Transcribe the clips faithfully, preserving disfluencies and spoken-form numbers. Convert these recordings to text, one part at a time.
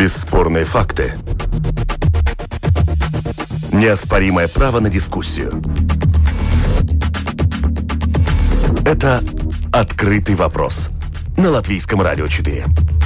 Бесспорные факты. Неоспоримое право на дискуссию. Это «Открытый вопрос» на Латвийском радио четыре.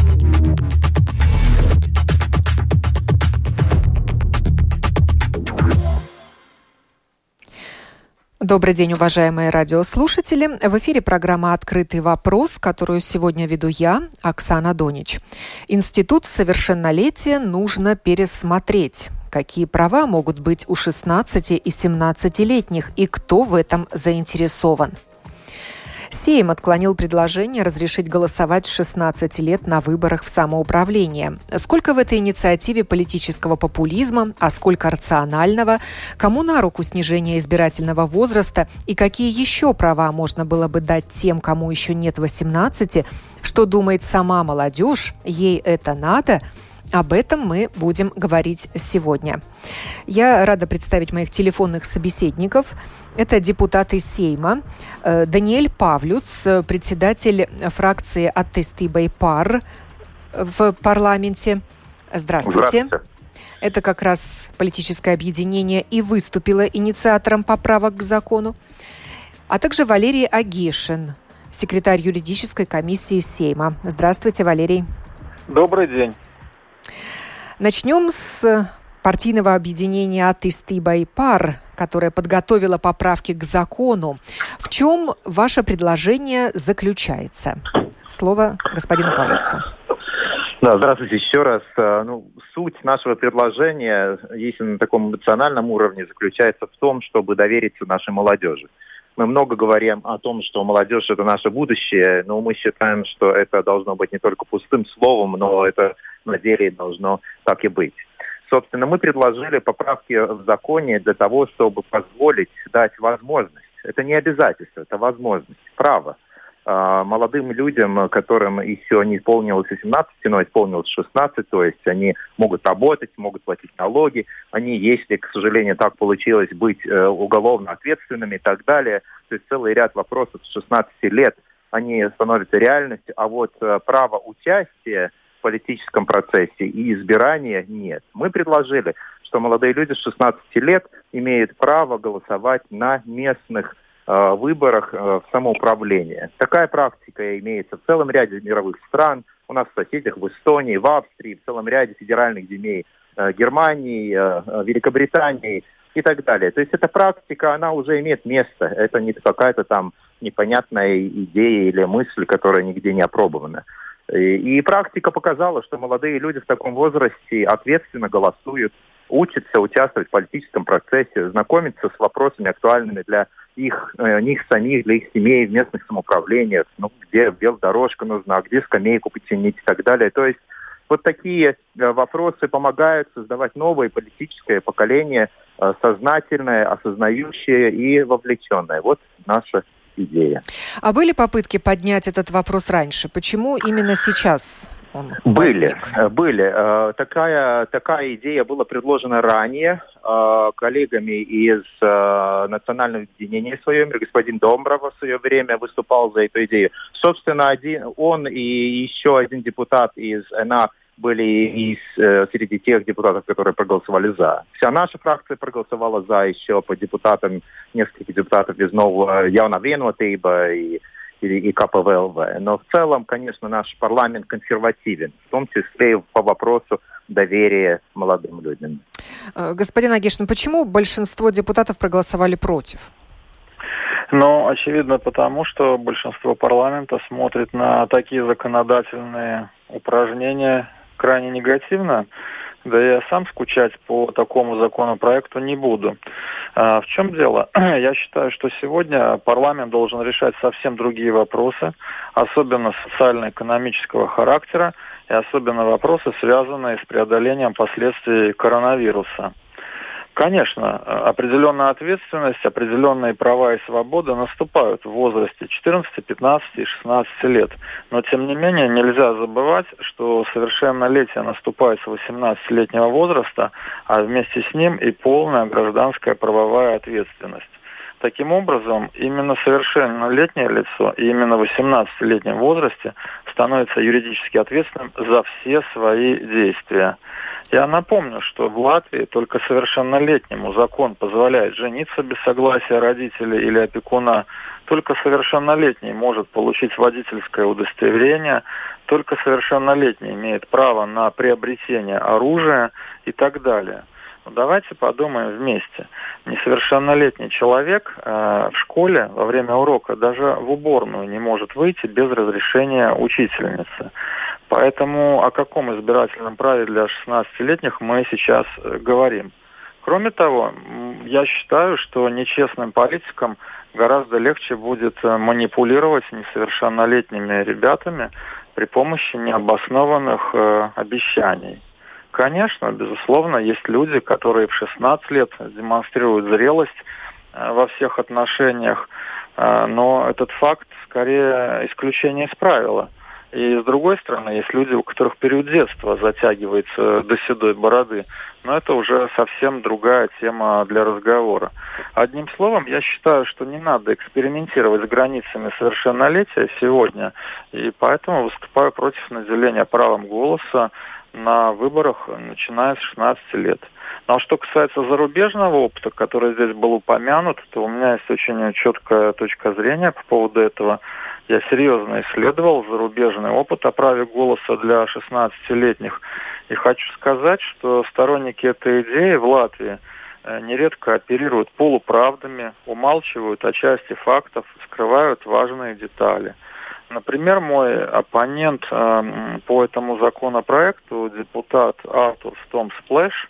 Добрый день, уважаемые радиослушатели. В эфире программа «Открытый вопрос», которую сегодня веду я, Оксана Донич. Институт совершеннолетия нужно пересмотреть. Какие права могут быть у шестнадцати- и семнадцатилетних и кто в этом заинтересован? Сейм отклонил предложение разрешить голосовать с шестнадцати лет на выборах в самоуправление. Сколько в этой инициативе политического популизма, а сколько рационального? Кому на руку снижение избирательного возраста и какие еще права можно было бы дать тем, кому еще нет восемнадцати? Что думает сама молодежь? Ей это надо? Об этом мы будем говорить сегодня. Я рада представить моих телефонных собеседников. Это депутаты Сейма. Даниэль Павлюц, председатель фракции «Attestība и пар» в парламенте. Здравствуйте. Здравствуйте. Это как раз политическое объединение и выступило инициатором поправок к закону. А также Валерий Агишин, секретарь юридической комиссии Сейма. Здравствуйте, Валерий. Добрый день. Начнем с партийного объединения «Attestība и пар», которое подготовило поправки к закону. В чем ваше предложение заключается? Слово господину Павловцу. Да, здравствуйте еще раз. Ну, суть нашего предложения, если на таком эмоциональном уровне, заключается в том, чтобы довериться нашей молодежи. Мы много говорим о том, что молодежь – это наше будущее, но мы считаем, что это должно быть не только пустым словом, но это на деле должно так и быть. Собственно, мы предложили поправки в законе для того, чтобы позволить дать возможность. Это не обязательство, это возможность, право. Молодым людям, которым еще не исполнилось восемнадцать, но исполнилось шестнадцать, то есть они могут работать, могут платить налоги, они, если, к сожалению, так получилось, быть уголовно ответственными и так далее, то есть целый ряд вопросов с шестнадцати лет, они становятся реальностью, а вот право участия в политическом процессе и избирания нет. Мы предложили, что молодые люди с шестнадцати лет имеют право голосовать на местных выборах в самоуправление. Такая практика имеется в целом ряде мировых стран. У нас в соседях, в Эстонии, в Австрии, в целом ряде федеральных земель Германии, Великобритании и так далее. То есть эта практика, она уже имеет место. Это не какая-то там непонятная идея или мысль, которая нигде не опробована. И, и практика показала, что молодые люди в таком возрасте ответственно голосуют, учатся участвовать в политическом процессе, знакомиться с вопросами актуальными для их, э, них самих, для их семей в местных самоуправлениях, ну, где велодорожка нужна, где скамейку починить и так далее. То есть вот такие э, вопросы помогают создавать новое политическое поколение, э, сознательное, осознающее и вовлеченное. Вот наша идея. А были попытки поднять этот вопрос раньше? Почему именно сейчас он Были, возник? были. Такая, такая идея была предложена ранее коллегами из Национального объединения в свое время. Господин Домброва в свое время выступал за эту идею. Собственно, один, он и еще один депутат из эн а были из, среди тех депутатов, которые проголосовали за. Вся наша фракция проголосовала за, еще по депутатам, несколько депутатов из нового Jaunā Vienotība и и, и ка пэ вэ эл вэ. Но в целом, конечно, наш парламент консервативен, в том числе и по вопросу доверия молодым людям. Господин Агишин, почему большинство депутатов проголосовали против? Ну, очевидно, потому что большинство парламента смотрит на такие законодательные упражнения крайне негативно. Да я сам скучать по такому законопроекту не буду. А, в чем дело? Я считаю, что сегодня парламент должен решать совсем другие вопросы, особенно социально-экономического характера, и особенно вопросы, связанные с преодолением последствий коронавируса. Конечно, определенная ответственность, определенные права и свободы наступают в возрасте четырнадцати, пятнадцати и шестнадцати лет. Но, тем не менее, нельзя забывать, что совершеннолетие наступает с восемнадцатилетнего возраста, а вместе с ним и полная гражданская правовая ответственность. Таким образом, именно совершеннолетнее лицо и именно в восемнадцатилетнем возрасте становится юридически ответственным за все свои действия. Я напомню, что в Латвии только совершеннолетнему закон позволяет жениться без согласия родителей или опекуна. Только совершеннолетний может получить водительское удостоверение. Только совершеннолетний имеет право на приобретение оружия и так далее. Давайте подумаем вместе. Несовершеннолетний человек э, в школе во время урока даже в уборную не может выйти без разрешения учительницы. Поэтому о каком избирательном праве для шестнадцатилетних мы сейчас э, говорим. Кроме того, я считаю, что нечестным политикам гораздо легче будет манипулировать несовершеннолетними ребятами при помощи необоснованных э, обещаний. Конечно, безусловно, есть люди, которые в шестнадцать лет демонстрируют зрелость э, во всех отношениях, э, но этот факт скорее исключение из правила. И с другой стороны, есть люди, у которых период детства затягивается до седой бороды, но это уже совсем другая тема для разговора. Одним словом, я считаю, что не надо экспериментировать с границами совершеннолетия сегодня, и поэтому выступаю против наделения правом голоса на выборах, начиная с шестнадцати лет. Ну а что касается зарубежного опыта, который здесь был упомянут, то у меня есть очень четкая точка зрения по поводу этого. Я серьезно исследовал зарубежный опыт о праве голоса для шестнадцатилетних. И хочу сказать, что сторонники этой идеи в Латвии нередко оперируют полуправдами, умалчивают о части фактов, скрывают важные детали. Например, мой оппонент э, по этому законопроекту, депутат Артур Стомс-Плэш,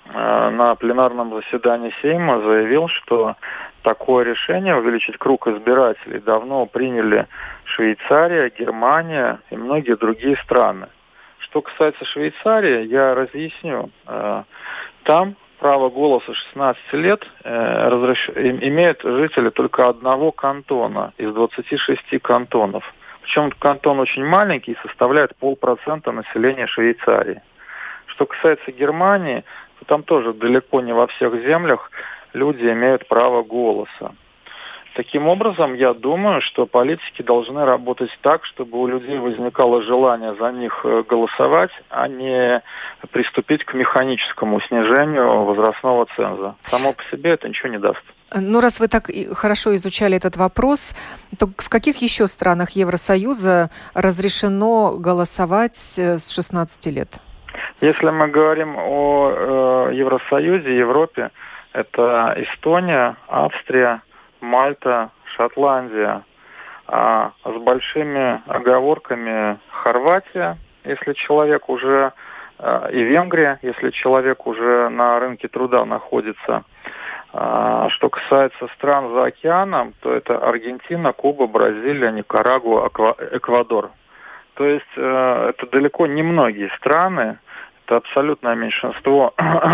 э, на пленарном заседании Сейма заявил, что такое решение увеличить круг избирателей давно приняли Швейцария, Германия и многие другие страны. Что касается Швейцарии, я разъясню. Э, там право голоса шестнадцати лет э, разреш... имеют жители только одного кантона из двадцати шести кантонов. Причем кантон очень маленький и составляет полпроцента населения Швейцарии. Что касается Германии, то там тоже далеко не во всех землях люди имеют право голоса. Таким образом, я думаю, что политики должны работать так, чтобы у людей возникало желание за них голосовать, а не приступить к механическому снижению возрастного ценза. Само по себе это ничего не даст. Ну, раз вы так хорошо изучали этот вопрос, то в каких еще странах Евросоюза разрешено голосовать с шестнадцати лет? Если мы говорим о э, Евросоюзе, Европе, это Эстония, Австрия, Мальта, Шотландия, а с большими оговорками Хорватия, если человек уже, и Венгрия, если человек уже на рынке труда находится. А что касается стран за океаном, то это Аргентина, Куба, Бразилия, Никарагуа, Эквадор. То есть это далеко не многие страны, это абсолютное меньшинство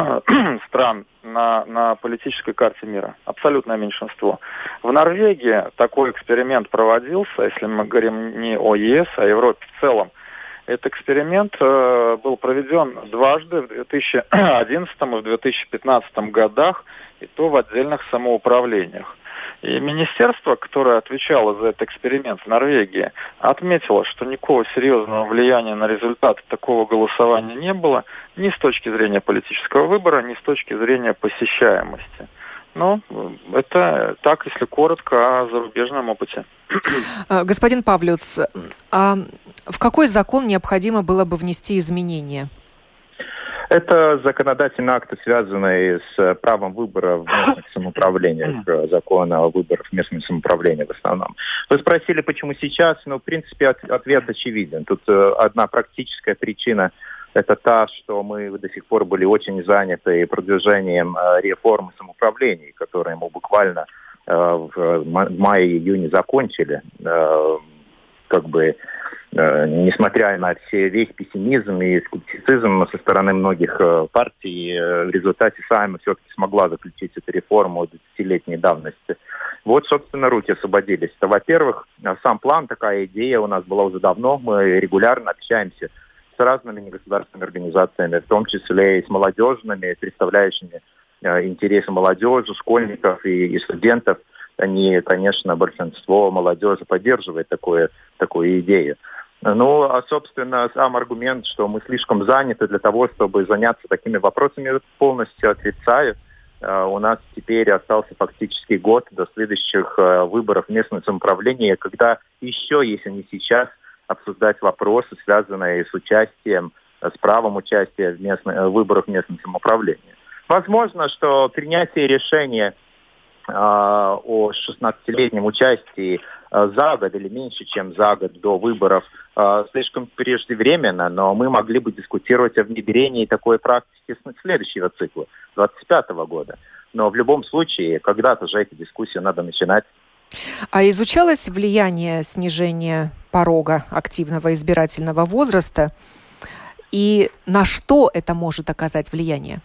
стран на, на политической карте мира. Абсолютное меньшинство. В Норвегии такой эксперимент проводился, если мы говорим не о ЕС, а о Европе в целом. Этот эксперимент э, был проведен дважды, в две тысячи одиннадцатом и в две тысячи пятнадцатом годах, и то в отдельных самоуправлениях. И министерство, которое отвечало за этот эксперимент в Норвегии, отметило, что никакого серьезного влияния на результаты такого голосования не было ни с точки зрения политического выбора, ни с точки зрения посещаемости. Ну, это так, если коротко, о зарубежном опыте. Господин Павлюц, а в какой закон необходимо было бы внести изменения? Это законодательные акты, связанные с правом выбора в местных самоуправлениях, закона о выборах в местном самоуправлении в основном. Вы спросили, почему сейчас? Ну, в принципе, ответ очевиден. Тут одна практическая причина – это та, что мы до сих пор были очень заняты продвижением реформы самоуправлений, которые мы буквально в мае-июне закончили, как бы несмотря на все, весь пессимизм и скептицизм со стороны многих партий, в результате Сайма все-таки смогла заключить эту реформу двадцатилетней давности. Вот, собственно, руки освободились. Это, во-первых, сам план, такая идея у нас была уже давно. Мы регулярно общаемся с разными негосударственными организациями, в том числе и с молодежными, представляющими интересы молодежи, школьников и, и студентов. они, конечно, большинство молодежи поддерживает такое, такую идею. Ну, а, собственно, сам аргумент, что мы слишком заняты для того, чтобы заняться такими вопросами, полностью отрицаю. У нас теперь остался фактически год до следующих выборов в местное самоуправление, когда еще, если не сейчас, обсуждать вопросы, связанные с участием, с правом участия в, местных, в выборах в местном самоуправлении. Возможно, что принятие решения э, о шестнадцатилетнем участии э, за год или меньше, чем за год до выборов, э, слишком преждевременно, но мы могли бы дискутировать о внедрении такой практики с следующего цикла, двадцать пятого года. Но в любом случае, когда-то же эту дискуссию надо начинать. А изучалось влияние снижения порога активного избирательного возраста? И на что это может оказать влияние?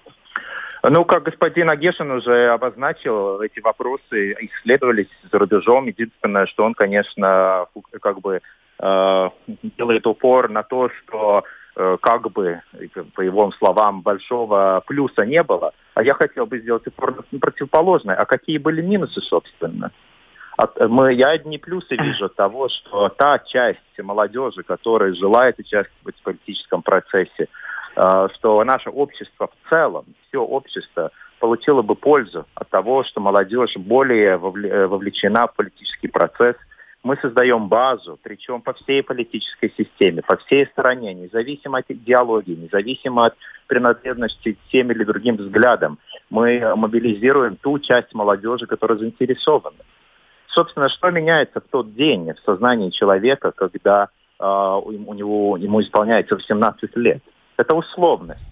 Ну, как господин Агешин уже обозначил, эти вопросы исследовались за рубежом. Единственное, что он, конечно, как бы э, делает упор на то, что э, как бы, по его словам, большого плюса не было. А я хотел бы сделать упор на противоположное. А какие были минусы, собственно? От, мы, я одни плюсы вижу от того, что та часть молодежи, которая желает участвовать в политическом процессе, э, что наше общество в целом, все общество получило бы пользу от того, что молодежь более вовле, вовлечена в политический процесс. Мы создаем базу, причем по всей политической системе, по всей стране, независимо от идеологии, независимо от принадлежности к тем или другим взглядам. Мы мобилизируем ту часть молодежи, которая заинтересована. Собственно, что меняется в тот день в сознании человека, когда э, у него, ему исполняется восемнадцать лет? Это условность.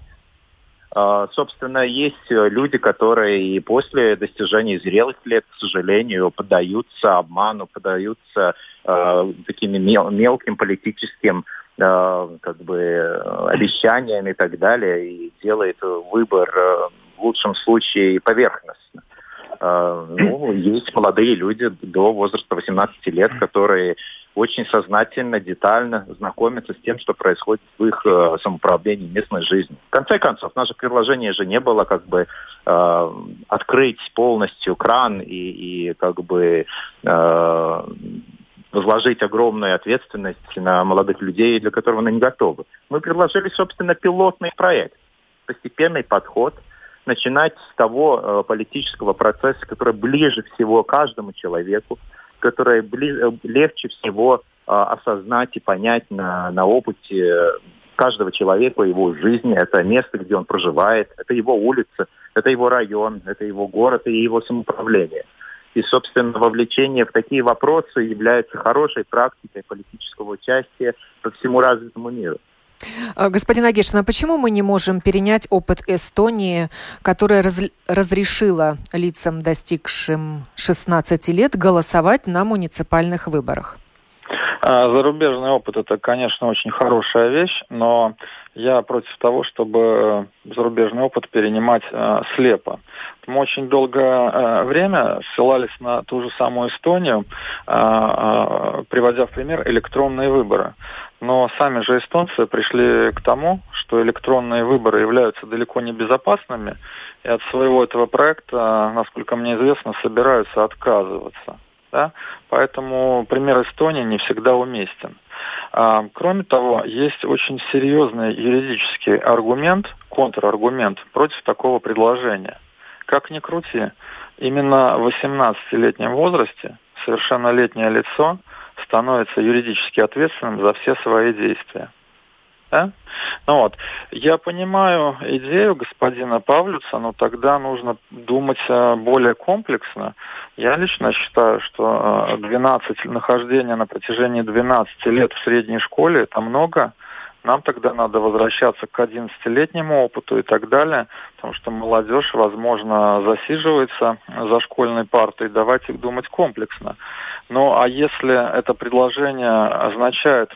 Э, собственно, есть люди, которые и после достижения зрелых лет, к сожалению, поддаются обману, поддаются э, таким мел, мелким политическим э, как бы, обещаниям и так далее, и делают выбор э, в лучшем случае поверхностно. Ну, есть молодые люди до возраста восемнадцати лет, которые очень сознательно, детально знакомятся с тем, что происходит в их э, самоуправлении, местной жизни. В конце концов, наше предложение же не было как бы э, открыть полностью кран и, и как бы э, возложить огромную ответственность на молодых людей, для которого они не готовы. Мы предложили, собственно, пилотный проект, постепенный подход, начинать с того э, политического процесса, который ближе всего каждому человеку, который бли- легче всего э, осознать и понять на, на опыте каждого человека, его жизни. Это место, где он проживает, это его улица, это его район, это его город и его самоуправление. И, собственно, вовлечение в такие вопросы является хорошей практикой политического участия по всему развитому миру. Господин Агешин, а почему мы не можем перенять опыт Эстонии, которая раз, разрешила лицам, достигшим шестнадцати лет, голосовать на муниципальных выборах? Зарубежный опыт – это, конечно, очень хорошая вещь, но я против того, чтобы зарубежный опыт перенимать э, слепо. Мы очень долгое э, время ссылались на ту же самую Эстонию, э, э, приводя в пример электронные выборы. Но сами же эстонцы пришли к тому, что электронные выборы являются далеко не безопасными, и от своего этого проекта, насколько мне известно, собираются отказываться. Да? Поэтому пример Эстонии не всегда уместен. А, кроме того, есть очень серьезный юридический аргумент, контраргумент против такого предложения. Как ни крути, именно в восемнадцатилетнем возрасте совершеннолетнее лицо становится юридически ответственным за все свои действия. Да? Ну вот. Я понимаю идею господина Павлюца, но тогда нужно думать более комплексно. Я лично считаю, что двенадцать нахождения на протяжении двенадцати лет в средней школе – это много. Нам тогда надо возвращаться к одиннадцатилетнему опыту и так далее, потому что молодежь, возможно, засиживается за школьной партой. Давайте думать комплексно. Ну, а если это предложение означает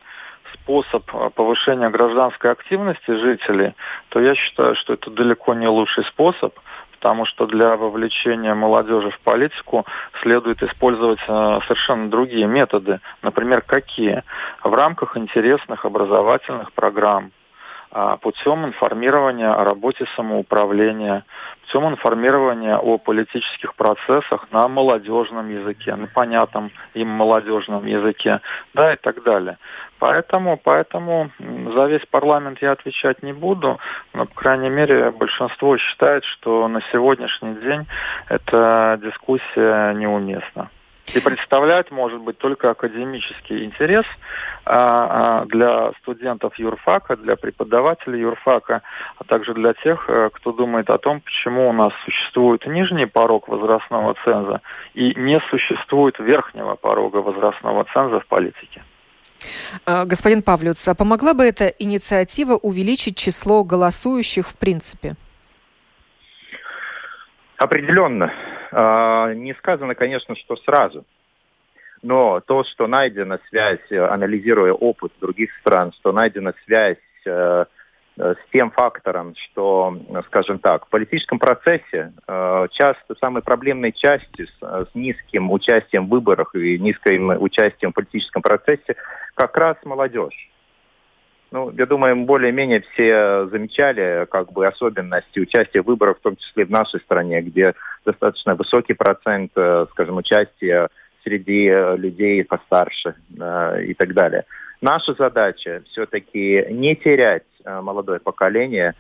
способ повышения гражданской активности жителей, то я считаю, что это далеко не лучший способ, потому что для вовлечения молодежи в политику следует использовать совершенно другие методы. Например, какие? В рамках интересных образовательных программ, путем информирования о работе самоуправления, путем информирования о политических процессах на молодежном языке, на понятном им молодежном языке, да, и так далее. Поэтому, поэтому за весь парламент я отвечать не буду, но, по крайней мере, большинство считает, что на сегодняшний день эта дискуссия неуместна. И представлять может быть только академический интерес а, а, для студентов юрфака, для преподавателей юрфака, а также для тех, кто думает о том, почему у нас существует нижний порог возрастного ценза и не существует верхнего порога возрастного ценза в политике. Господин Павлюц, а помогла бы эта инициатива увеличить число голосующих в принципе? Определенно. Не сказано, конечно, что сразу. Но то, что найдена связь, анализируя опыт других стран, что найдена связь с тем фактором, что, скажем так, в политическом процессе часто самой проблемной частью с низким участием в выборах и низким участием в политическом процессе как раз молодежь. Ну, я думаю, более-менее все замечали как бы особенности участия в выборах, в том числе в нашей стране, где достаточно высокий процент, скажем, участия среди людей постарше э, и так далее. Наша задача все-таки не терять э, молодое поколение,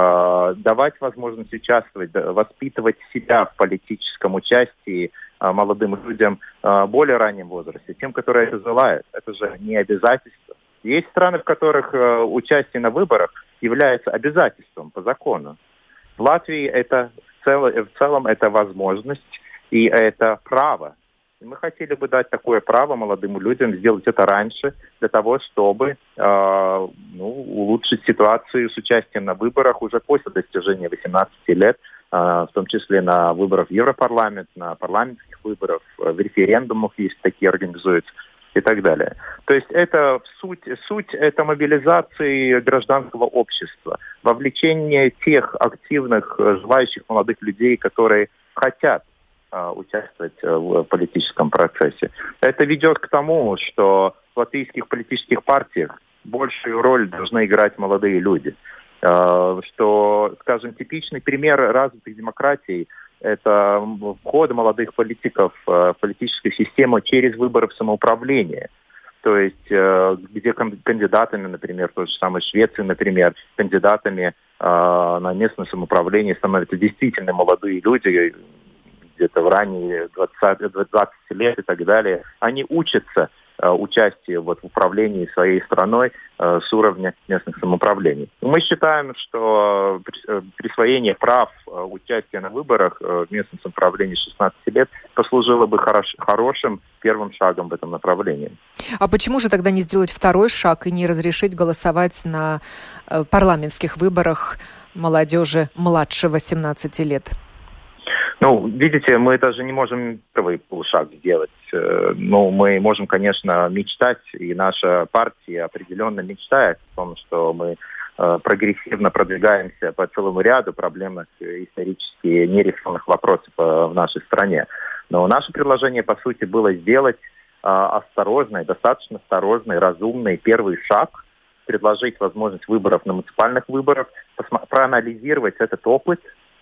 э, давать возможность участвовать, воспитывать себя в политическом участии э, молодым людям э, в более раннем возрасте, тем, которые это желают. Это же не обязательство. Есть страны, в которых э, участие на выборах является обязательством по закону. В Латвии это в, цел, в целом это возможность и это право. И мы хотели бы дать такое право молодым людям сделать это раньше, для того, чтобы э, ну, улучшить ситуацию с участием на выборах уже после достижения восемнадцати лет, э, в том числе на выборах в Европарламент, на парламентских выборах, в референдумах, если такие организуются, и так далее. То есть это суть, суть это мобилизации гражданского общества, вовлечение тех активных, желающих молодых людей, которые хотят э, участвовать в политическом процессе. Это ведет к тому, что в латвийских политических партиях большую роль должны играть молодые люди. Э, что, скажем, типичный пример развитой демократии – это вход молодых политиков в политическую систему через выборы в самоуправление. То есть, где кандидатами, например, в той же самой Швеции, например, кандидатами на местное самоуправление становятся действительно молодые люди, где-то в ранние двадцать лет и так далее. Они учатся участие вот, в управлении своей страной э, с уровня местных самоуправлений. Мы считаем, что присвоение прав э, участия на выборах э, в местном самоуправлении с шестнадцати лет послужило бы хорош, хорошим первым шагом в этом направлении. А почему же тогда не сделать второй шаг и не разрешить голосовать на э, парламентских выборах молодежи младше восемнадцати лет? Ну, видите, мы даже не можем первый полушаг сделать. Ну, мы можем, конечно, мечтать, и наша партия определенно мечтает о том, что мы э, прогрессивно продвигаемся по целому ряду проблемных исторически нерешенных вопросов э, в нашей стране. Но наше предложение, по сути, было сделать э, осторожный, достаточно осторожный, разумный первый шаг, предложить возможность выборов на муниципальных выборах, посма- проанализировать этот опыт,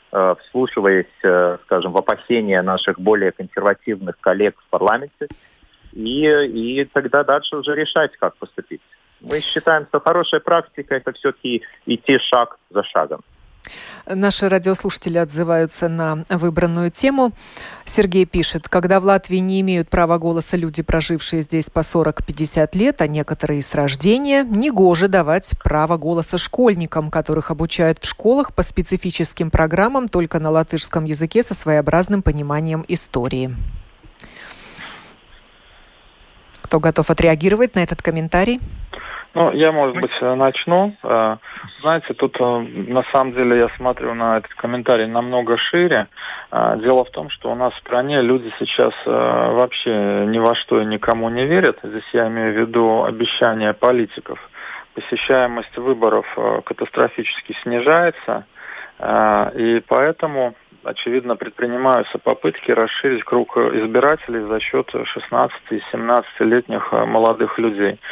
вслушиваясь, скажем, в опасения наших более консервативных коллег в парламенте, и, и тогда дальше уже решать, как поступить. Мы считаем, что хорошая практика – это все-таки идти шаг за шагом. Наши радиослушатели отзываются на выбранную тему. Сергей пишет: когда в Латвии не имеют права голоса люди, прожившие здесь по сорок-пятьдесят лет, а некоторые с рождения, негоже давать право голоса школьникам, которых обучают в школах по специфическим программам только на латышском языке со своеобразным пониманием истории. Кто готов отреагировать на этот комментарий? Ну, я, может быть, начну. Знаете, тут на самом деле я смотрю на этот комментарий намного шире. Дело в том, что у нас в стране люди сейчас вообще ни во что и никому не верят. Здесь я имею в виду обещания политиков. Посещаемость выборов катастрофически снижается, и поэтому, очевидно, предпринимаются попытки расширить круг избирателей за счет шестнадцати- и семнадцатилетних молодых людей.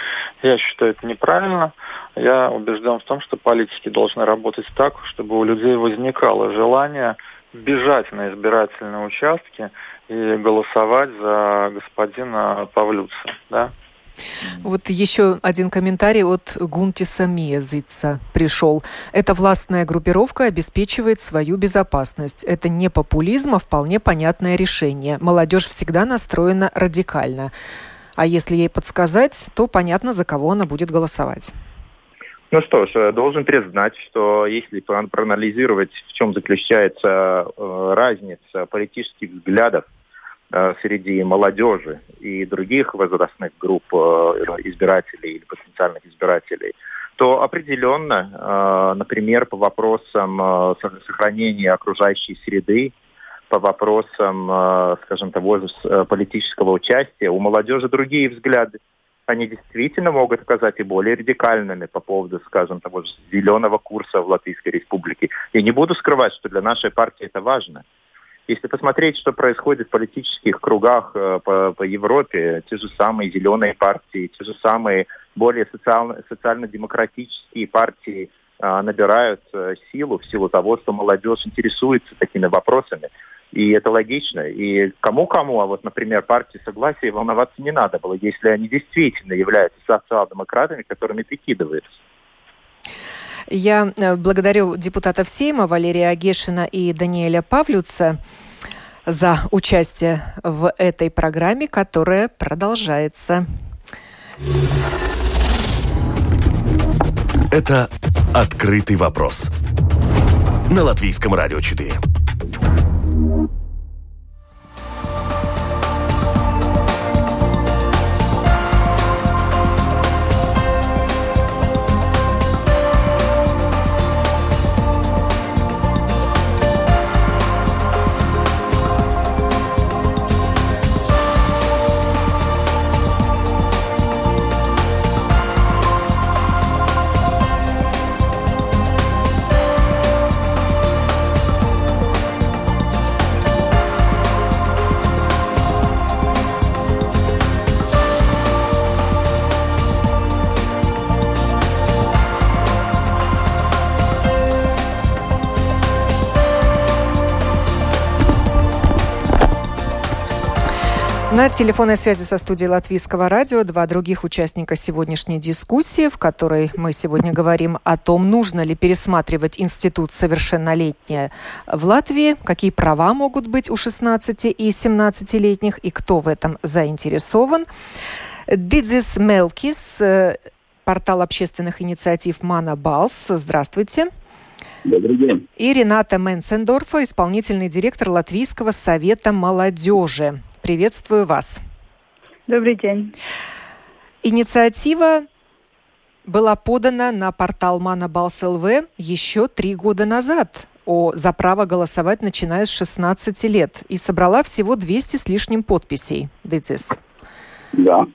Я считаю это неправильно. Я убежден в том, что политики должны работать так, чтобы у людей возникало желание бежать на избирательные участки и голосовать за господина Павлюца, да? Вот еще один комментарий от Гунтиса Миезица пришел. Эта властная группировка обеспечивает свою безопасность. Это не популизм, а вполне понятное решение. Молодежь всегда настроена радикально. А если ей подсказать, то понятно, за кого она будет голосовать. Ну что ж, должен признать, что если проанализировать, в чем заключается э, разница политических взглядов э, среди молодежи и других возрастных групп э, избирателей или потенциальных избирателей, то определенно, э, например, по вопросам э, сохранения окружающей среды, по вопросам, скажем, того же политического участия, у молодежи другие взгляды. Они действительно могут оказаться и более радикальными по поводу, скажем, того же зеленого курса в Латвийской Республике. Я не буду скрывать, что для нашей партии это важно. Если посмотреть, что происходит в политических кругах по, по Европе, те же самые зеленые партии, те же самые более социально, социально-демократические партии набирают силу в силу того, что молодежь интересуется такими вопросами. И это логично. И кому-кому, а вот, например, партии Согласия волноваться не надо было, если они действительно являются социал-демократами, которыми прикидываются. Я благодарю депутатов Сейма Валерия Агешина и Даниэля Павлюца за участие в этой программе, которая продолжается. Это «Открытый вопрос» на Латвийском радио четыре. На телефонной связи со студией Латвийского радио два других участника сегодняшней дискуссии, в которой мы сегодня говорим о том, нужно ли пересматривать институт совершеннолетия в Латвии, какие права могут быть у шестнадцати- и семнадцатилетних, и кто в этом заинтересован. Дидзис Мелкис, портал общественных инициатив Mana Balss. Здравствуйте. Добрый день. И Рената Менцендорфа, исполнительный директор Латвийского совета молодежи. Приветствую вас. Добрый день. Инициатива была подана на портал Mana Balss эл ви еще три года назад о, за право голосовать, начиная с шестнадцати лет, и собрала всего двести с лишним подписей. Дидзис. Да.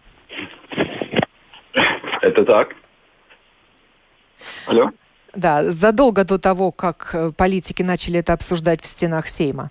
Это так. Алло? Да, задолго до того, как политики начали это обсуждать в стенах Сейма.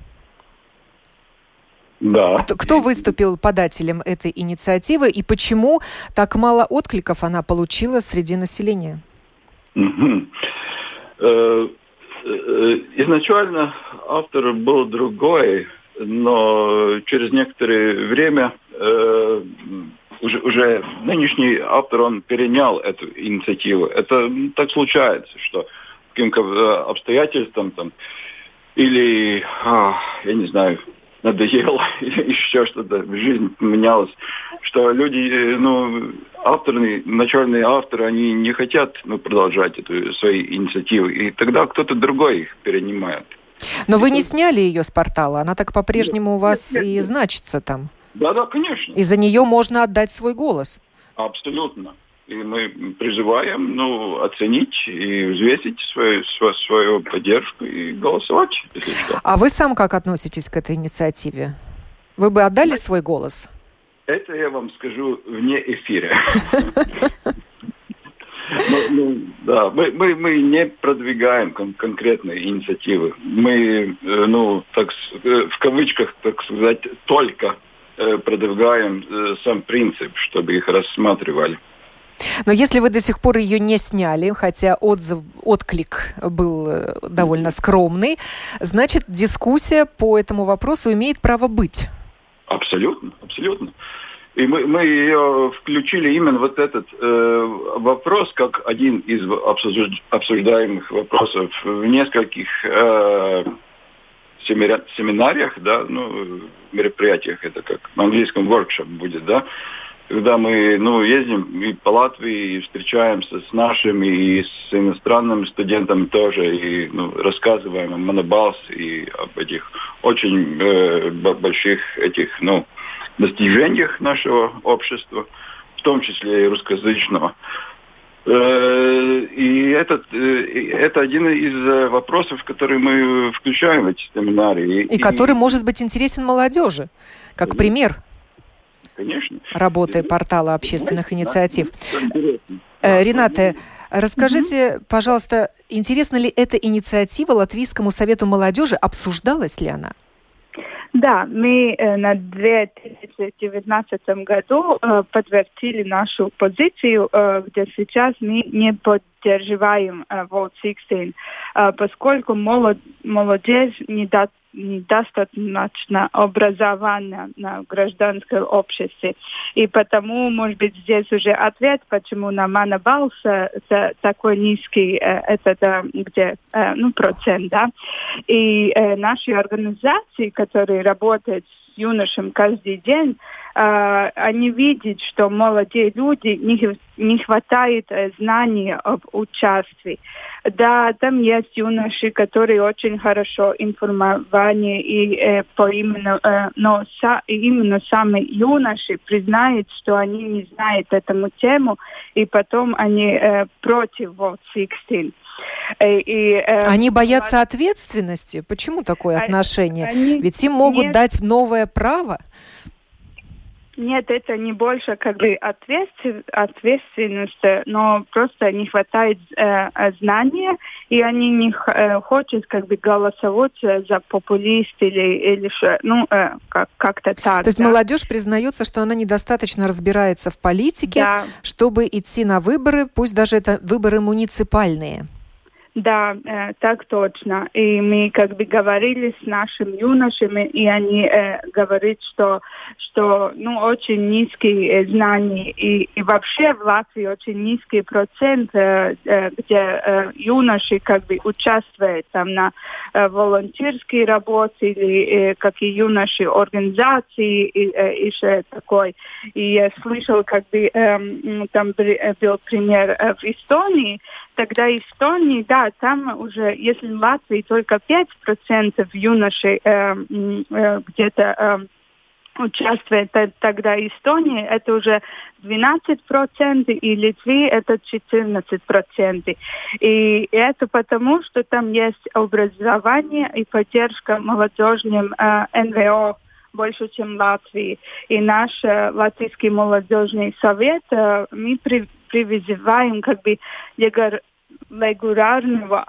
Да. Кто, кто выступил подателем этой инициативы и почему так мало откликов она получила среди населения? Угу. Э, э, изначально автор был другой, но через некоторое время э, уже, уже нынешний автор, он перенял эту инициативу. Это так случается, что каким-то обстоятельствам там, или, а, я не знаю, надоело, или еще что-то в жизни поменялось, что люди, ну, авторы, начальные авторы, они не хотят, ну, продолжать эту свои инициативы, и тогда кто-то другой их перенимает. Но вы не сняли ее с портала, она так по-прежнему у вас нет, нет, и значится там. Да-да, конечно. И за нее можно отдать свой голос. Абсолютно. И мы призываем, ну, оценить и взвесить свою, свою, свою поддержку и голосовать, если что. А вы сам как относитесь к этой инициативе? Вы бы отдали свой голос? Это я вам скажу вне эфира. Да, мы мы не продвигаем конкретные инициативы. Мы, ну, так в кавычках, так сказать, только продвигаем сам принцип, чтобы их рассматривали. Но если вы до сих пор ее не сняли, хотя отзыв, отклик был довольно скромный, значит, дискуссия по этому вопросу имеет право быть. Абсолютно, абсолютно. И мы, мы ее включили именно вот этот э, вопрос как один из обсуждаемых вопросов в нескольких э, семинариях, да, ну, мероприятиях, это как в английском workshop будет, да, когда мы, ну, ездим и по Латвии, и встречаемся с нашими, и с иностранными студентами тоже, и, ну, рассказываем о Монобалс и об этих очень э, больших этих, ну, достижениях нашего общества, в том числе и русскоязычного. И этот, это один из вопросов, который мы включаем в эти семинары. И, и который может быть интересен молодежи, как Конечно. пример. Конечно. Работы портала общественных Конечно. инициатив. Да. Рената, расскажите, угу. пожалуйста, интересна ли эта инициатива Латвийскому совету молодежи? Обсуждалась ли она? Да, мы э, на две тысячи девятнадцатом году э, подтвердили нашу позицию, э, где сейчас мы не поддерживаем э, Vote шестнадцать, э, поскольку молод, молодежь не дает недостаточно образования на гражданском обществе. И потому, может быть, здесь уже ответ, почему на Монобалс такой низкий этот, где, ну, процент, да. И э, наши организации, которые работают с юношами каждый день, э, они видят, что молодые люди, не, не хватает знаний об участии. Да, там есть юноши, которые очень хорошо информированы, и э, по именно, э, но са, именно сами юноши признают, что они не знают эту тему, и потом они э, против Vote шестнадцать. И, и, э, они боятся ответственности? Почему такое отношение? Они, Ведь им могут нет, дать новое право. Нет, это не больше как бы ответственность, но просто не хватает э, знания, и они не э, хотят как бы голосовать за популист или, или ну, э, как, как-то так. То есть да? молодежь признается, что она недостаточно разбирается в политике, да. чтобы идти на выборы, пусть даже это выборы муниципальные. Да, э, так точно. И мы как бы говорили с нашими юношами, и они э, говорят, что, что ну, очень низкие э, знания. И, и вообще в Латвии очень низкий процент, э, э, где э, юноши как бы участвуют там на э, волонтерской работе, или э, как и юноши организации, и э, еще такой. И я слышала, как бы э, там был пример э, в Эстонии. Тогда Эстонии, да, там уже, если в Латвии только пять процентов юношей э, э, где-то э, участвует, тогда Эстония это уже двенадцать процентов, и Литве это четырнадцать процентов. И это потому, что там есть образование и поддержка молодежным э, эн вэ о больше, чем в Латвии. И наш э, Латвийский молодежный совет, э, мы при призываем как бы регулярного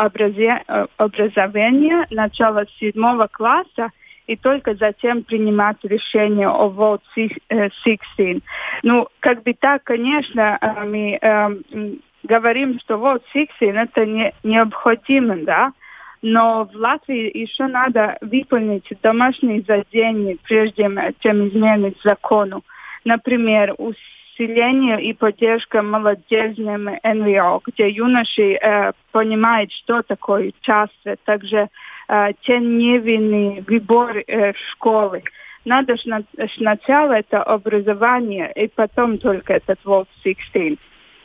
образования начала седьмого класса и только затем принимать решение о Vote шестнадцать. Ну, как бы так, конечно, мы э, говорим, что Vote шестнадцать это не, необходимо, да, но в Латвии еще надо выполнить домашние задания, прежде чем изменить закону. Например, усиление и поддержка молодежным эн вэ о, где юноши э, понимают, что такое участие, также э, те невинный выбор э, школы. Надо сначала это образование, и потом только этот Vote шестнадцать.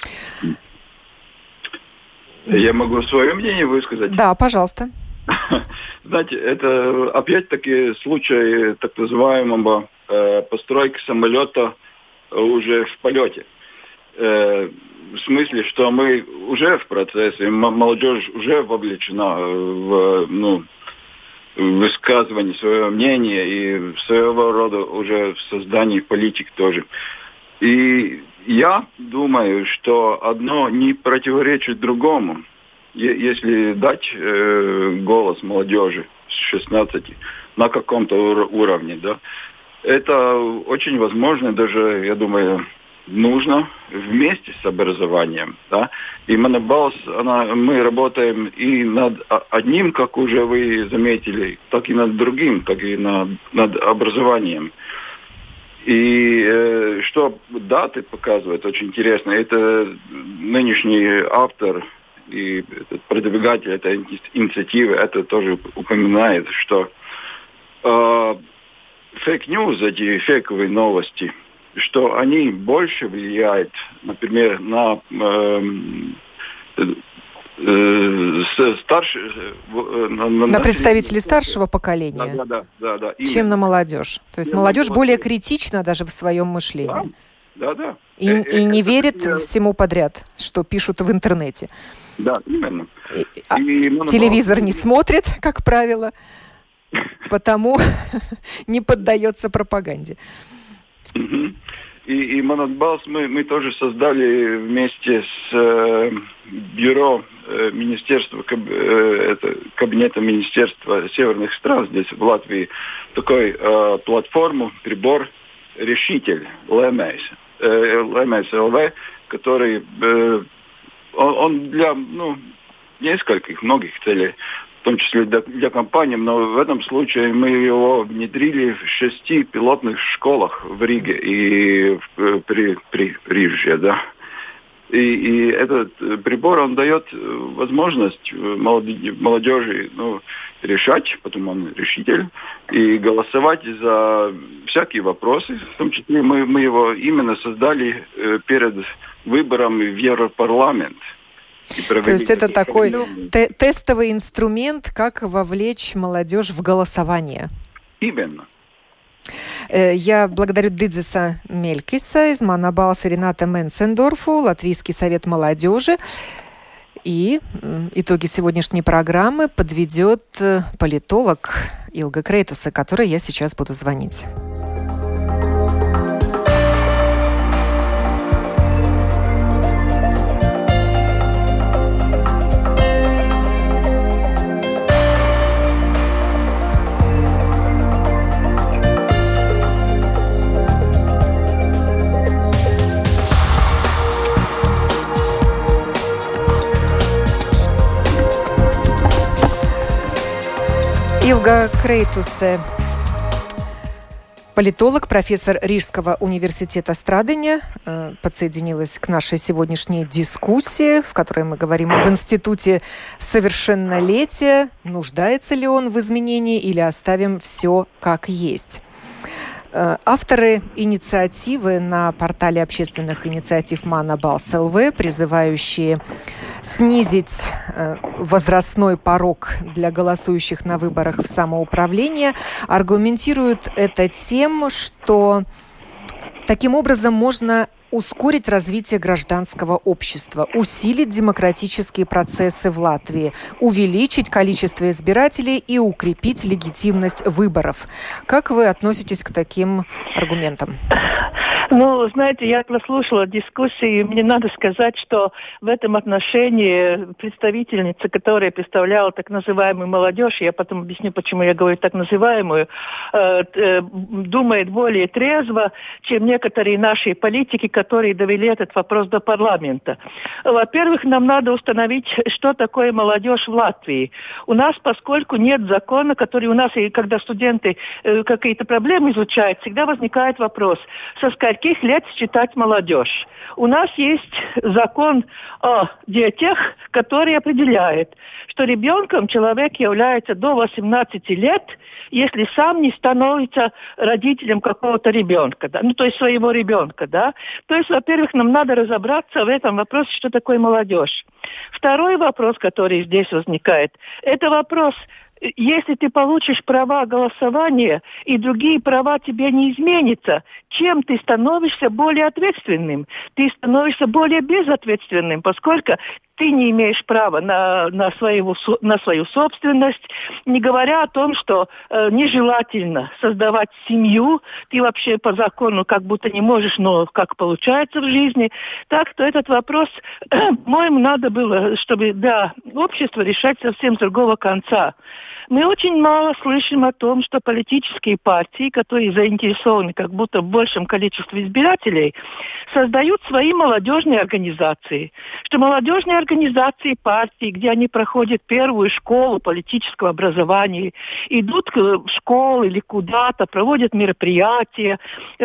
Я могу свое мнение высказать? Да, пожалуйста. Знаете, это опять-таки случай так называемого э, постройки самолета уже в полете. Э, в смысле, что мы уже в процессе, молодежь уже вовлечена в, ну, в высказывание своего мнения и в своего рода уже в создании политик тоже. И я думаю, что одно не противоречит другому. Если дать э, голос молодежи с шестнадцати на каком-то ур- уровне, да, это очень возможно, даже, я думаю, нужно вместе с образованием. Да? И Монобалс, она, мы работаем и над одним, как уже вы заметили, так и над другим, так и над, над образованием. И э, что даты показывают, очень интересно, это нынешний автор и этот продвигатель этой инициативы, это тоже упоминает, что э, фейк-ньюс, эти фейковые новости, что они больше влияют, например, на э, э, старше, э, на, на, на представителей старшего поколения, да, да, да, да, чем на молодежь. То есть молодежь более критична даже в своем мышлении. Да, да, да. И, э, и не это верит такие... всему подряд, что пишут в интернете. Да, именно. И, а и телевизор не смотрит, как правило, потому не поддается пропаганде. И, и Монобалс мы, мы тоже создали вместе с э, бюро э, министерства, каб, э, это, кабинета министерства северных стран здесь в Латвии такой э, платформу, прибор, решитель ЛМС, э, ЛМС ЛВ, который э, он, он для ну, нескольких, многих целей, в том числе для, для компаний, но в этом случае мы его внедрили в шести пилотных школах в Риге и в, при, при Риже, да. И, и этот прибор, он дает возможность молодежи ну, решать, потом он решитель, и голосовать за всякие вопросы. В том числе мы, мы его именно создали перед выбором в Европарламент. То есть это такой те- тестовый инструмент, как вовлечь молодежь в голосование. Именно. Я благодарю Дидзиса Мелькиса из Монобалса, Рената Менцендорфу, Латвийский совет молодежи. И итоги сегодняшней программы подведет политолог Илга Крейтуса, которой я сейчас буду звонить. Илга Крейтусе, политолог, профессор Рижского университета Страдания, подсоединилась к нашей сегодняшней дискуссии, в которой мы говорим об институте совершеннолетия. Нуждается ли он в изменении или оставим все как есть? Авторы инициативы на портале общественных инициатив Монобалс ЛВ, призывающие снизить возрастной порог для голосующих на выборах в самоуправление, аргументируют это тем, что таким образом можно ускорить развитие гражданского общества, усилить демократические процессы в Латвии, увеличить количество избирателей и укрепить легитимность выборов. Как вы относитесь к таким аргументам? Ну, знаете, я прослушала дискуссии, и мне надо сказать, что в этом отношении представительница, которая представляла так называемую молодежь, я потом объясню, почему я говорю так называемую, э, э, думает более трезво, чем некоторые наши политики, которые довели этот вопрос до парламента. Во-первых, нам надо установить, что такое молодежь в Латвии. У нас, поскольку нет закона, который у нас, и когда студенты э, какие-то проблемы изучают, всегда возникает вопрос, со скольких лет считать молодежь. У нас есть закон о детях, который определяет, что ребенком человек является до восемнадцати лет, если сам не становится родителем какого-то ребенка, да? Ну, то есть своего ребенка, да. То есть, во-первых, нам надо разобраться в этом вопросе, что такое молодежь. Второй вопрос, который здесь возникает, это вопрос, если ты получишь права голосования и другие права тебе не изменятся, чем ты становишься более ответственным? Ты становишься более безответственным, поскольку ты не имеешь права на, на, свою, на свою собственность, не говоря о том, что э, нежелательно создавать семью, ты вообще по закону как будто не можешь, но как получается в жизни. Так что этот вопрос, по-моему, надо было, чтобы да, общество решать совсем с другого конца. Мы очень мало слышим о том, что политические партии, которые заинтересованы как будто в большем количестве избирателей, создают свои молодежные организации. Что молодежные организации партии, где они проходят первую школу политического образования, идут в школы или куда-то, проводят мероприятия,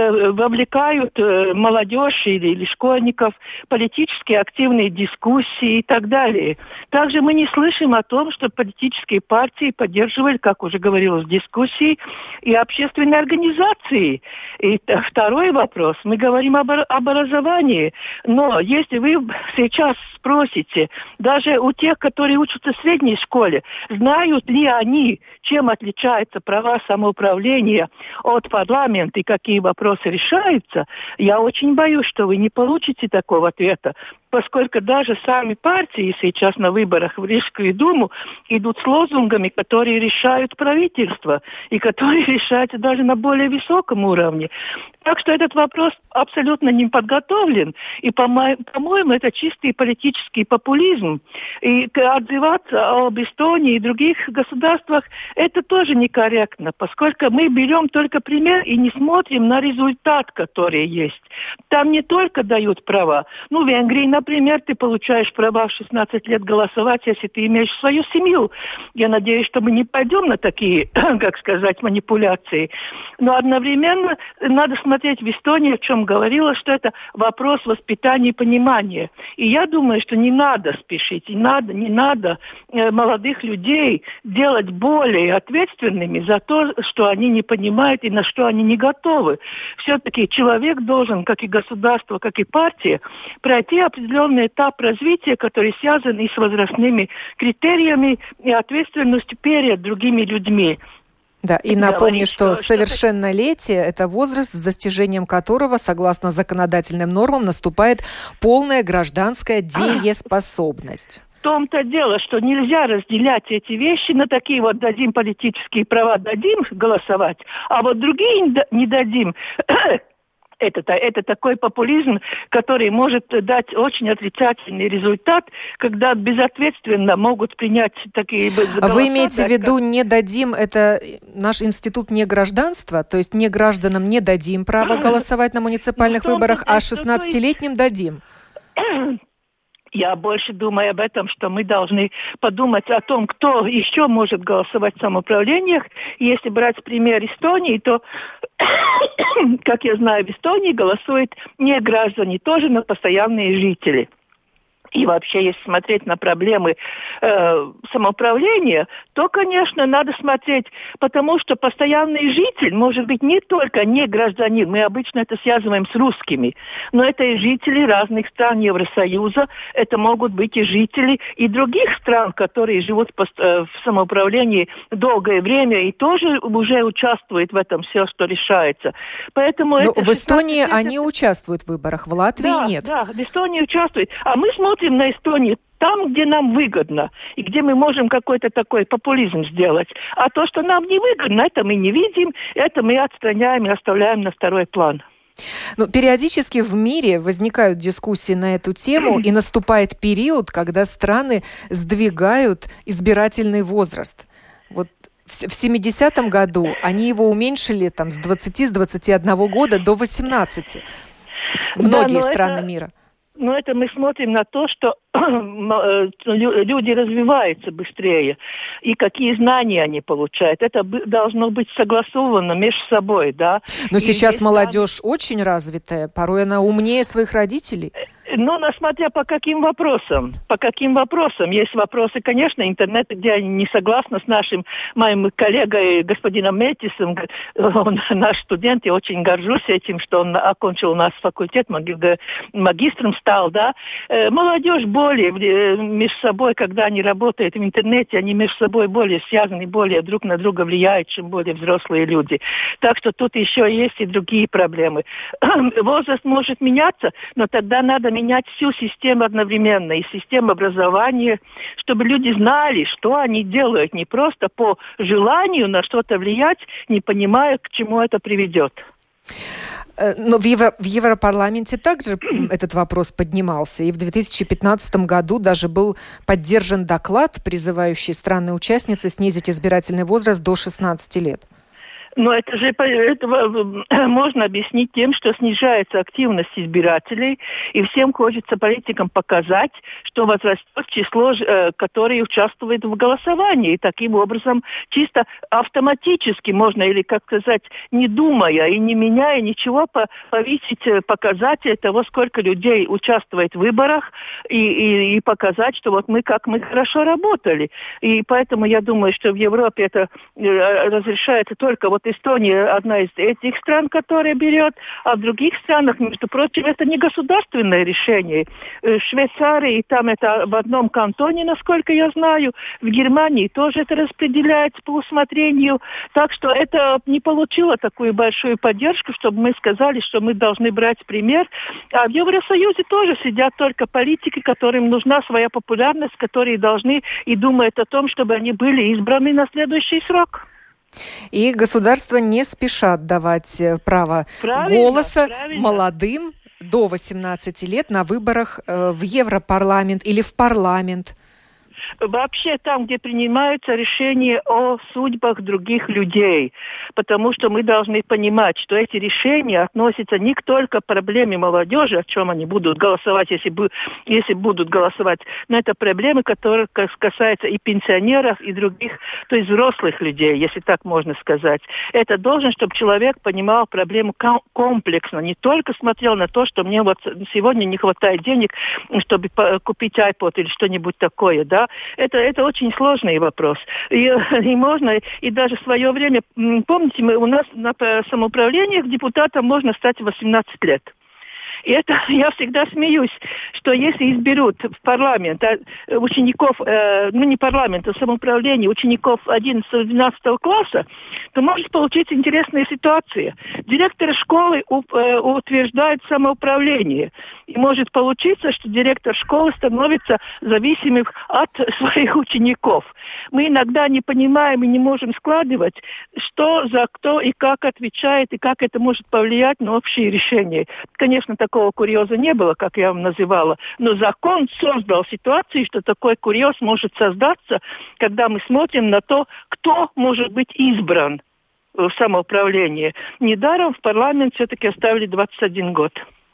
вовлекают молодежь или, или школьников в политически активные дискуссии и так далее. Также мы не слышим о том, что политические партии поддерживали, как уже говорилось в дискуссии, и общественные организации. И второй вопрос. Мы говорим об образовании, но если вы сейчас спросите, даже у тех, которые учатся в средней школе, знают ли они, чем отличаются права самоуправления от парламента и какие вопросы решаются, я очень боюсь, что вы не получите такого ответа, поскольку даже сами партии сейчас на выборах в Рижскую думу идут с лозунгами, которые решают правительство и которые решаются даже на более высоком уровне. Так что этот вопрос абсолютно не подготовлен. И, по-моему, по-моему, это чистый политический популизм. И отзываться об Эстонии и других государствах, это тоже некорректно, поскольку мы берем только пример и не смотрим на результат, который есть. Там не только дают права. Ну, в Венгрии, например, ты получаешь права в шестнадцать лет голосовать, если ты имеешь свою семью. Я надеюсь, что мы не пойдем на такие, как сказать, манипуляции. Но одновременно надо смотреть в Эстонии, о чем говорила, что это вопрос воспитания и понимания. И я думаю, что не надо спешить, не надо, не надо э, молодых людей делать более ответственными за то, что они не понимают и на что они не готовы. Все-таки человек должен, как и государство, как и партия, пройти определенный этап развития, который связан и с возрастными критериями, и ответственностью перед другими людьми. Да, и напомню, что, что совершеннолетие – это возраст, с достижением которого, согласно законодательным нормам, наступает полная гражданская дееспособность. В том-то дело, что нельзя разделять эти вещи на такие вот дадим политические права, дадим голосовать, а вот другие не дадим. Это, это такой популизм, который может дать очень отрицательный результат, когда безответственно могут принять такие голоса. Вы имеете да, в виду, как... не дадим, это наш институт не гражданства, то есть не гражданам не дадим право голосовать на муниципальных выборах, а шестнадцатилетним дадим? Я больше думаю об этом, что мы должны подумать о том, кто еще может голосовать в самоуправлениях. Если брать пример Эстонии, то, как я знаю, в Эстонии голосуют не граждане, тоже, но постоянные жители. И вообще, если смотреть на проблемы э, самоуправления, то, конечно, надо смотреть, потому что постоянный житель может быть не только не гражданин, мы обычно это связываем с русскими, но это и жители разных стран Евросоюза, это могут быть и жители и других стран, которые живут в самоуправлении долгое время и тоже уже участвуют в этом все, что решается. Поэтому это в Эстонии шестнадцать... они участвуют в выборах, в Латвии да, нет. Да, в Эстонии участвуют. А мы смотрим на Эстонию там, где нам выгодно, и где мы можем какой-то такой популизм сделать. А то, что нам не выгодно, это мы не видим, это мы отстраняем и оставляем на второй план. Ну, периодически в мире возникают дискуссии на эту тему, и наступает период, когда страны сдвигают избирательный возраст. Вот в семидесятом году они его уменьшили там, с двадцати, с двадцати одного года до восемнадцати. Многие да, страны это... мира. Но это мы смотрим на то, что люди развиваются быстрее, и какие знания они получают. Это должно быть согласовано между собой, да. Но и сейчас здесь молодежь надо... очень развитая, порой она умнее своих родителей. Ну, смотря по каким вопросам. По каким вопросам. Есть вопросы, конечно, интернета, где они не согласны с нашим моим коллегой, господином Метисом. Он наш студент, я очень горжусь этим, что он окончил у нас факультет, магистром стал, да. Молодежь более между собой, когда они работают в интернете, они между собой более связаны, более друг на друга влияют, чем более взрослые люди. Так что тут еще есть и другие проблемы. Возраст может меняться, но тогда надо менять менять всю систему одновременно, и систему образования, чтобы люди знали, что они делают, не просто по желанию на что-то влиять, не понимая, к чему это приведет. Но в, Евро, в Европарламенте также этот вопрос поднимался. И в две тысячи пятнадцатом году даже был поддержан доклад, призывающий страны-участницы снизить избирательный возраст до шестнадцати лет. Но это же это можно объяснить тем, что снижается активность избирателей, и всем хочется политикам показать, что возрастет число, которые участвуют в голосовании. И таким образом чисто автоматически можно, или, как сказать, не думая и не меняя ничего, повысить показатель того, сколько людей участвует в выборах, и, и, и показать, что вот мы как мы хорошо работали. И поэтому я думаю, что в Европе это разрешается только вот Эстония одна из этих стран, которая берет, а в других странах, между прочим, это не государственное решение. В Швейцарии там это в одном кантоне, насколько я знаю, в Германии тоже это распределяется по усмотрению, так что это не получило такую большую поддержку, чтобы мы сказали, что мы должны брать пример. А в Евросоюзе тоже сидят только политики, которым нужна своя популярность, которые должны и думают о том, чтобы они были избраны на следующий срок. И государства не спешат давать право правильно, голоса правильно. молодым до восемнадцати лет на выборах в Европарламент или в парламент. Вообще там, где принимаются решения о судьбах других людей. Потому что мы должны понимать, что эти решения относятся не только к проблеме молодежи, о чем они будут голосовать, если, если будут голосовать, но это проблемы, которые касаются и пенсионеров, и других, то есть взрослых людей, если так можно сказать. Это должен, чтобы человек понимал проблему комплексно, не только смотрел на то, что мне вот сегодня не хватает денег, чтобы купить iPod или что-нибудь такое, да. Это, это очень сложный вопрос. И, и можно, и даже в свое время, помните, мы, у нас на самоуправлениях депутатам можно стать в восемнадцать лет. И это я всегда смеюсь, что если изберут в парламент учеников, э, ну не парламент, а самоуправление учеников одиннадцатого-двенадцатого класса, то может получиться интересная ситуация. Директор школы у, э, утверждает самоуправление. И может получиться, что директор школы становится зависимым от своих учеников. Мы иногда не понимаем и не можем складывать, что за кто и как отвечает, и как это может повлиять на общие решения. Конечно, такого курьеза не было, как я вам называла, но закон создал ситуацию, что такой курьез может создаться, когда мы смотрим на то, кто может быть избран в самоуправлении. Недаром в парламент все-таки оставили двадцать один год.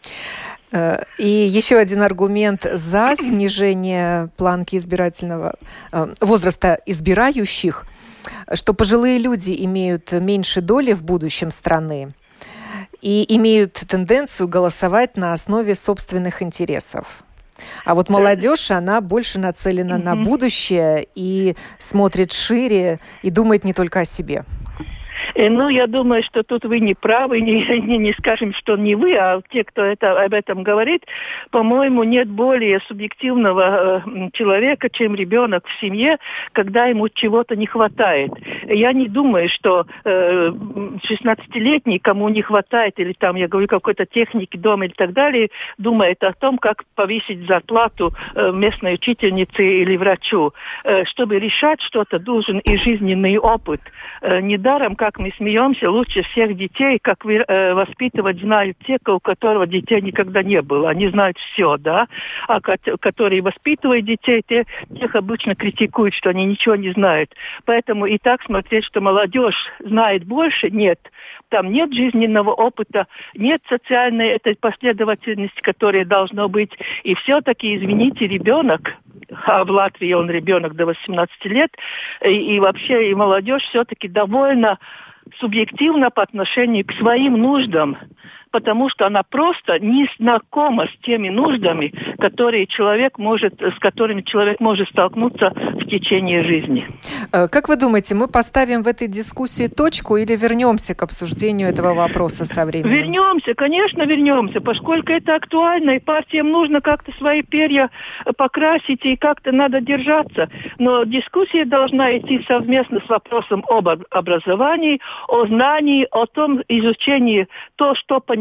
И еще один аргумент за снижение планки избирательного возраста избирающих, что пожилые люди имеют меньше доли в будущем страны и имеют тенденцию голосовать на основе собственных интересов. А вот молодежь, она больше нацелена на будущее и смотрит шире и думает не только о себе. Ну, я думаю, что тут вы не правы, не, не, не скажем, что не вы, а те, кто это, об этом говорит, по-моему, нет более субъективного э, человека, чем ребенок в семье, когда ему чего-то не хватает. Я не думаю, что э, шестнадцатилетний, кому не хватает, или там, я говорю, какой-то техники дома и так далее, думает о том, как повысить зарплату э, местной учительнице или врачу. Э, чтобы решать что-то, должен и жизненный опыт. Э, недаром, как мы смеемся, лучше всех детей, как вы, э, воспитывать знают те, у которого детей никогда не было. Они знают все, да. А которые воспитывают детей, те, тех обычно критикуют, что они ничего не знают. Поэтому и так смотреть, что молодежь знает больше, нет. Там нет жизненного опыта, нет социальной этой последовательности, которая должна быть. И все-таки, извините, ребенок, а в Латвии он ребенок до восемнадцати лет, и, и вообще и молодежь все-таки довольно субъективно по отношению к своим нуждам, потому что она просто не знакома с теми нуждами, которые человек может, с которыми человек может столкнуться в течение жизни. Как вы думаете, мы поставим в этой дискуссии точку или вернемся к обсуждению этого вопроса со временем? Вернемся, конечно, вернемся, поскольку это актуально, и партиям нужно как-то свои перья покрасить, и как-то надо держаться. Но дискуссия должна идти совместно с вопросом об образовании, о знании, о том изучении, то, что понимаем,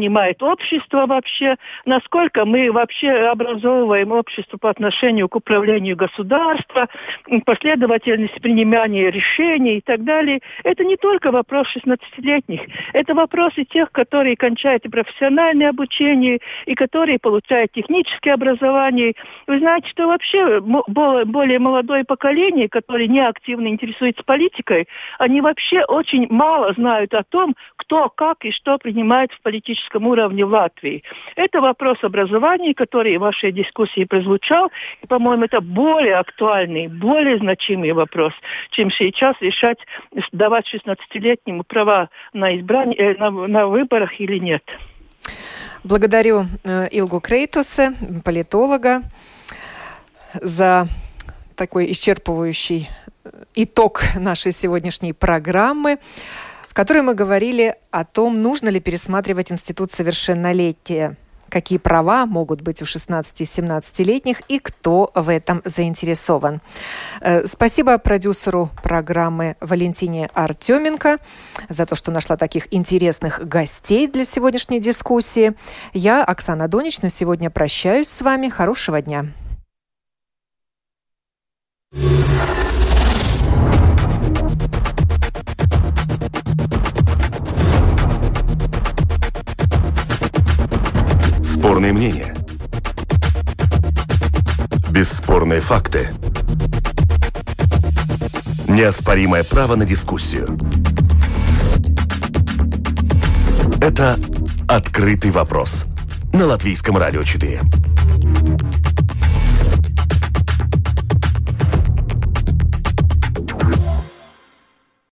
понимает общество вообще, насколько мы вообще образовываем общество по отношению к управлению государства, последовательность принимания решений и так далее. Это не только вопрос шестнадцатилетних, это вопросы тех, которые кончают и профессиональное обучение, и которые получают техническое образование. Вы знаете, что вообще более молодое поколение, которое не активно интересуется политикой, они вообще очень мало знают о том, кто, как и что принимает в политическом уровне в Латвии. Это вопрос образования, который в вашей дискуссии прозвучал, и, по-моему, это более актуальный, более значимый вопрос, чем сейчас решать, давать шестнадцатилетнему права на избрание, на, на выборах или нет. Благодарю э, Илгу Крейтусе, политолога, за такой исчерпывающий итог нашей сегодняшней программы, в которой мы говорили о том, нужно ли пересматривать институт совершеннолетия, какие права могут быть у шестнадцати-семнадцатилетних и кто в этом заинтересован. Спасибо продюсеру программы Валентине Артеменко за то, что нашла таких интересных гостей для сегодняшней дискуссии. Я, Оксана Донич, на сегодня прощаюсь с вами. Хорошего дня. Спорные мнения. Бесспорные факты. Неоспоримое право на дискуссию. Это «Открытый вопрос» на Латвийском радио четыре.